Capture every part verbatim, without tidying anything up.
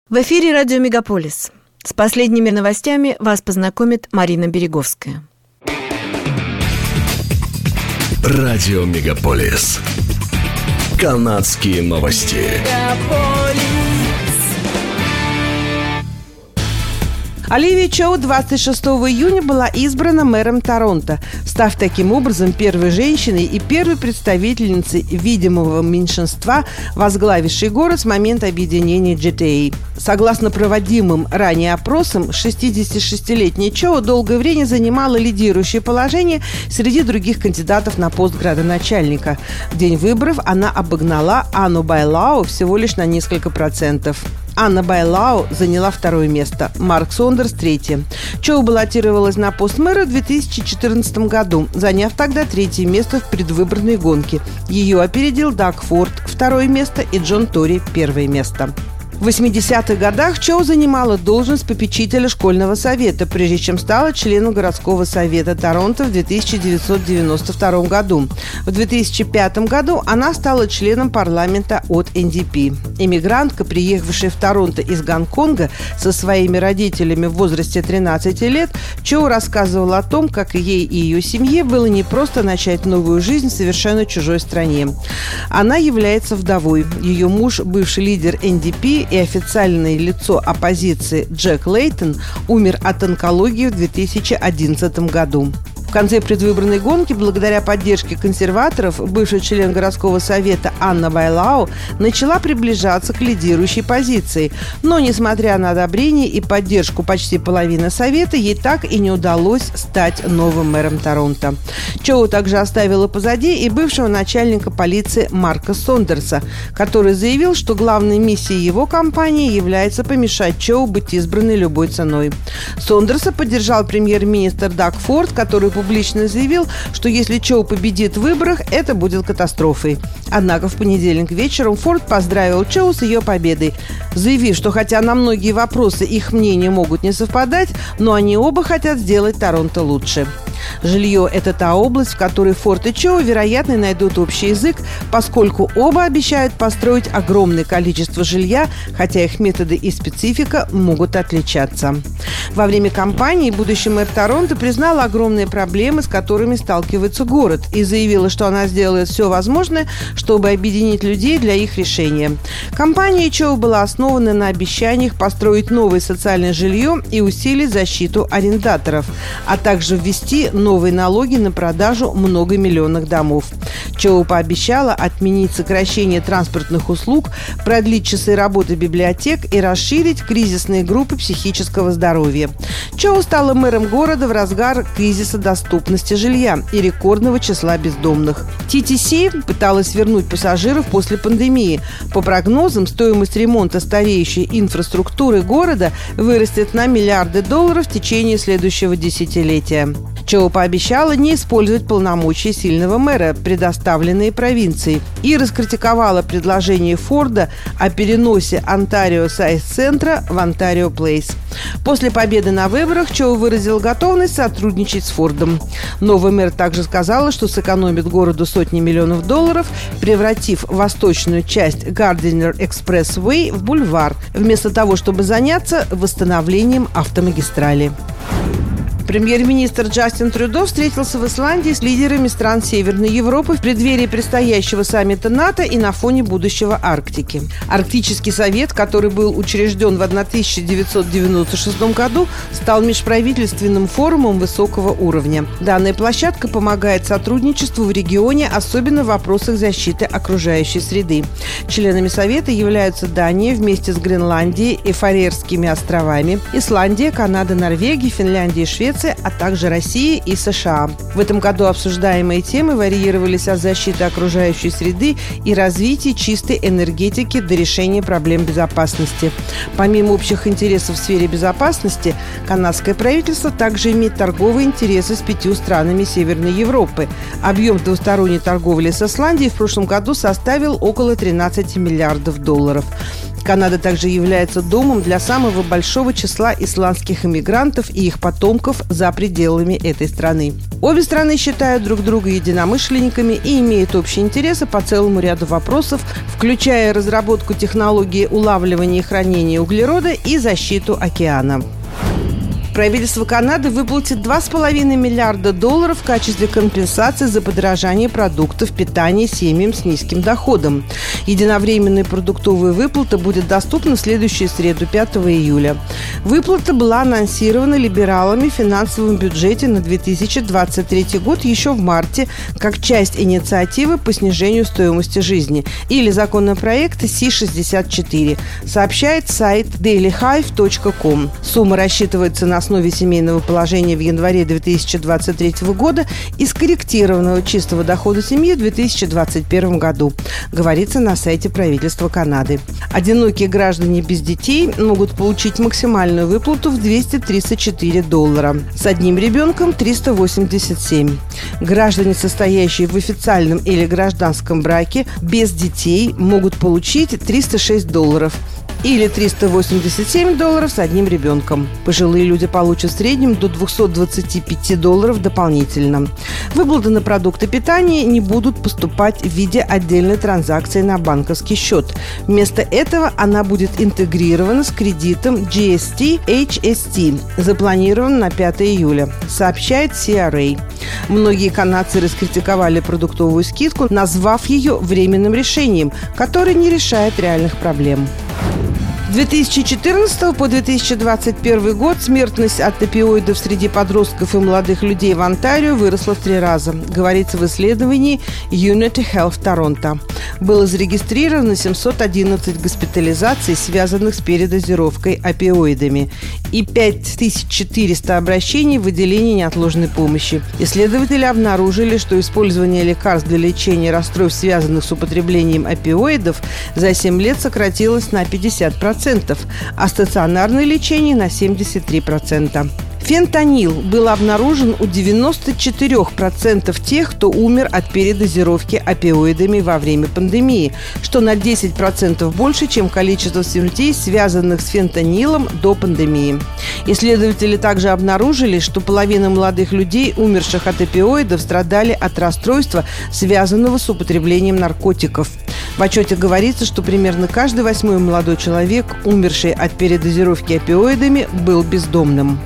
В эфире радио «Мегаполис». С последними новостями вас познакомит Марина Береговская. Радио «Мегаполис». Канадские новости. Оливия Чоу двадцать шестого июня была избрана мэром Торонто, став таким образом первой женщиной и первой представительницей видимого меньшинства, возглавившей город с момента объединения джи ти эй. Согласно проводимым ранее опросам, шестидесятишестилетняя Чоу долгое время занимала лидирующее положение среди других кандидатов на пост градоначальника. В день выборов она обогнала Анну Байлау всего лишь на несколько процентов. Анна Байлау заняла второе место, Марк Сондерс – третье. Чоу баллотировалась на пост мэра в две тысячи четырнадцатом году, заняв тогда третье место в предвыборной гонке. Ее опередил Даг Форд – второе место и Джон Тори – первое место. В восьмидесятых годах Чоу занимала должность попечителя школьного совета, прежде чем стала членом городского совета Торонто в тысяча девятьсот девяносто втором году. В две тысячи пятом году она стала членом парламента от эн ди пи. Эмигрантка, приехавшая в Торонто из Гонконга со своими родителями в возрасте тринадцати лет, Чоу рассказывала о том, как ей и ее семье было непросто начать новую жизнь в совершенно чужой стране. Она является вдовой. Ее муж, бывший лидер эн ди пи, и официальное лицо оппозиции Джек Лейтон умер от онкологии в две тысячи одиннадцатом году. В конце предвыборной гонки, благодаря поддержке консерваторов, бывший член городского совета Анна Байлау начала приближаться к лидирующей позиции. Но, несмотря на одобрение и поддержку почти половины совета, ей так и не удалось стать новым мэром Торонто. Чоу также оставила позади и бывшего начальника полиции Марка Сондерса, который заявил, что главной миссией его кампании является помешать Чоу быть избранной любой ценой. Сондерса поддержал премьер-министр Даг Форд, который публично заявил, что если Чоу победит в выборах, это будет катастрофой. Однако в понедельник вечером Форд поздравил Чоу с ее победой, заявив, что хотя на многие вопросы их мнения могут не совпадать, но они оба хотят сделать Торонто лучше. Жилье – это та область, в которой Форд и Чоу, вероятно, найдут общий язык, поскольку оба обещают построить огромное количество жилья, хотя их методы и специфика могут отличаться. Во время кампании будущий мэр Торонто признал огромные проблемы, с которыми сталкивается город, и заявила, что она сделает все возможное, чтобы объединить людей для их решения. Кампания Чоу была основана на обещаниях построить новое социальное жилье и усилить защиту арендаторов, а также ввести новые налоги на продажу многомиллионных домов. Чоу пообещала отменить сокращение транспортных услуг, продлить часы работы библиотек и расширить кризисные группы психического здоровья. Чоу стала мэром города в разгар кризиса доступности жилья и рекордного числа бездомных. ти ти си пыталась вернуть пассажиров после пандемии. По прогнозам, стоимость ремонта стареющей инфраструктуры города вырастет на миллиарды долларов в течение следующего десятилетия. Чоу пообещала не использовать полномочия сильного мэра, предоставленные провинцией, и раскритиковала предложение Форда о переносе Онтарио Сайз-центра в Онтарио Плейс. После победы на выборах Чоу выразил готовность сотрудничать с Фордом. Новый мэр также сказала, что сэкономит городу сотни миллионов долларов, превратив восточную часть Gardiner Expressway в бульвар, вместо того, чтобы заняться восстановлением автомагистрали. Премьер-министр Джастин Трюдо встретился в Исландии с лидерами стран Северной Европы в преддверии предстоящего саммита НАТО и на фоне будущего Арктики. Арктический совет, который был учрежден в тысяча девятьсот девяносто шестом году, стал межправительственным форумом высокого уровня. Данная площадка помогает сотрудничеству в регионе, особенно в вопросах защиты окружающей среды. Членами совета являются Дания вместе с Гренландией и Фарерскими островами, Исландия, Канада, Норвегия, Финляндия и Швеция, а также Россия и США. В этом году обсуждаемые темы варьировались от защиты окружающей среды и развития чистой энергетики до решения проблем безопасности. Помимо общих интересов в сфере безопасности, канадское правительство также имеет торговые интересы с пятью странами Северной Европы. Объем двусторонней торговли с Исландией в прошлом году составил около тринадцати миллиардов долларов. Канада также является домом для самого большого числа исландских иммигрантов и их потомков за пределами этой страны. Обе страны считают друг друга единомышленниками и имеют общие интересы по целому ряду вопросов, включая разработку технологии улавливания и хранения углерода и защиту океана. Правительство Канады выплатит два с половиной миллиарда долларов в качестве компенсации за подорожание продуктов питания семьям с низким доходом. Единовременная продуктовая выплата будет доступна в следующую среду, пятого июля. Выплата была анонсирована либералами в финансовом бюджете на две тысячи двадцать третий год еще в марте как часть инициативы по снижению стоимости жизни или законопроекта Си шестьдесят четыре, сообщает сайт дейли хайв точка ком. Сумма рассчитывается на основе семейного положения в январе две тысячи двадцать третьего года и скорректированного чистого дохода семьи в две тысячи двадцать первом году, говорится на сайте правительства Канады. Одинокие граждане без детей могут получить максимальную выплату в двести тридцать четыре доллара. С одним ребенком – триста восемьдесят семь. Граждане, состоящие в официальном или гражданском браке без детей, могут получить триста шесть долларов. Или триста восемьдесят семь долларов с одним ребенком. Пожилые люди получат в среднем до двести двадцать пять долларов дополнительно. Выплаты на продукты питания не будут поступать в виде отдельной транзакции на банковский счет. Вместо этого она будет интегрирована с кредитом джи эс ти эйч эс ти, запланирован на пятого июля, сообщает си ар эй. Многие канадцы раскритиковали продуктовую скидку, назвав ее временным решением, которое не решает реальных проблем. С две тысячи четырнадцатого по две тысячи двадцать первый год смертность от опиоидов среди подростков и молодых людей в Онтарио выросла в три раза, говорится в исследовании Unity Health Toronto. Было зарегистрировано семьсот одиннадцать госпитализаций, связанных с передозировкой опиоидами, и пять тысяч четыреста обращений в отделение неотложной помощи. Исследователи обнаружили, что использование лекарств для лечения расстройств, связанных с употреблением опиоидов, за семь лет сократилось на пятьдесят процентов, а стационарное лечение на семьдесят три процента. Фентанил был обнаружен у девяноста четырёх процентов тех, кто умер от передозировки опиоидами во время пандемии, что на десять процентов больше, чем количество смертей, связанных с фентанилом до пандемии. Исследователи также обнаружили, что половина молодых людей, умерших от опиоидов, страдали от расстройства, связанного с употреблением наркотиков. В отчете говорится, что примерно каждый восьмой молодой человек, умерший от передозировки опиоидами, был бездомным.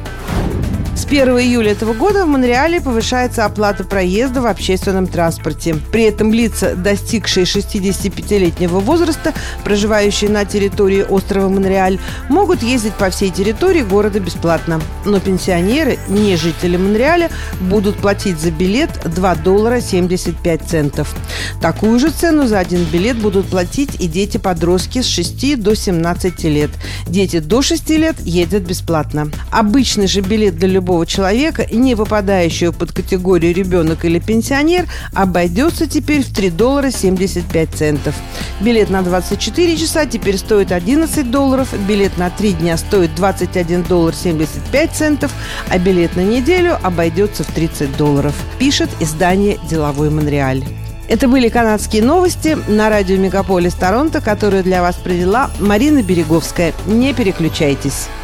С первого июля этого года в Монреале повышается оплата проезда в общественном транспорте. При этом лица, достигшие шестидесятипятилетнего возраста, проживающие на территории острова Монреаль, могут ездить по всей территории города бесплатно. Но пенсионеры, не жители Монреаля, будут платить за билет два доллара семьдесят пять центов. Такую же цену за один билет будут платить и дети-подростки с шести до семнадцати лет. Дети до шести лет ездят бесплатно. Обычный же билет для любого человека, не попадающего под категорию ребенок или пенсионер, обойдется теперь в три доллара семьдесят пять центов. Билет на двадцать четыре часа теперь стоит одиннадцать долларов, билет на три дня стоит двадцать один доллар семьдесят пять центов, а билет на неделю обойдется в тридцать долларов, пишет издание «Деловой Монреаль». Это были канадские новости на радио Мегаполис Торонто, которые для вас провела Марина Береговская. Не переключайтесь.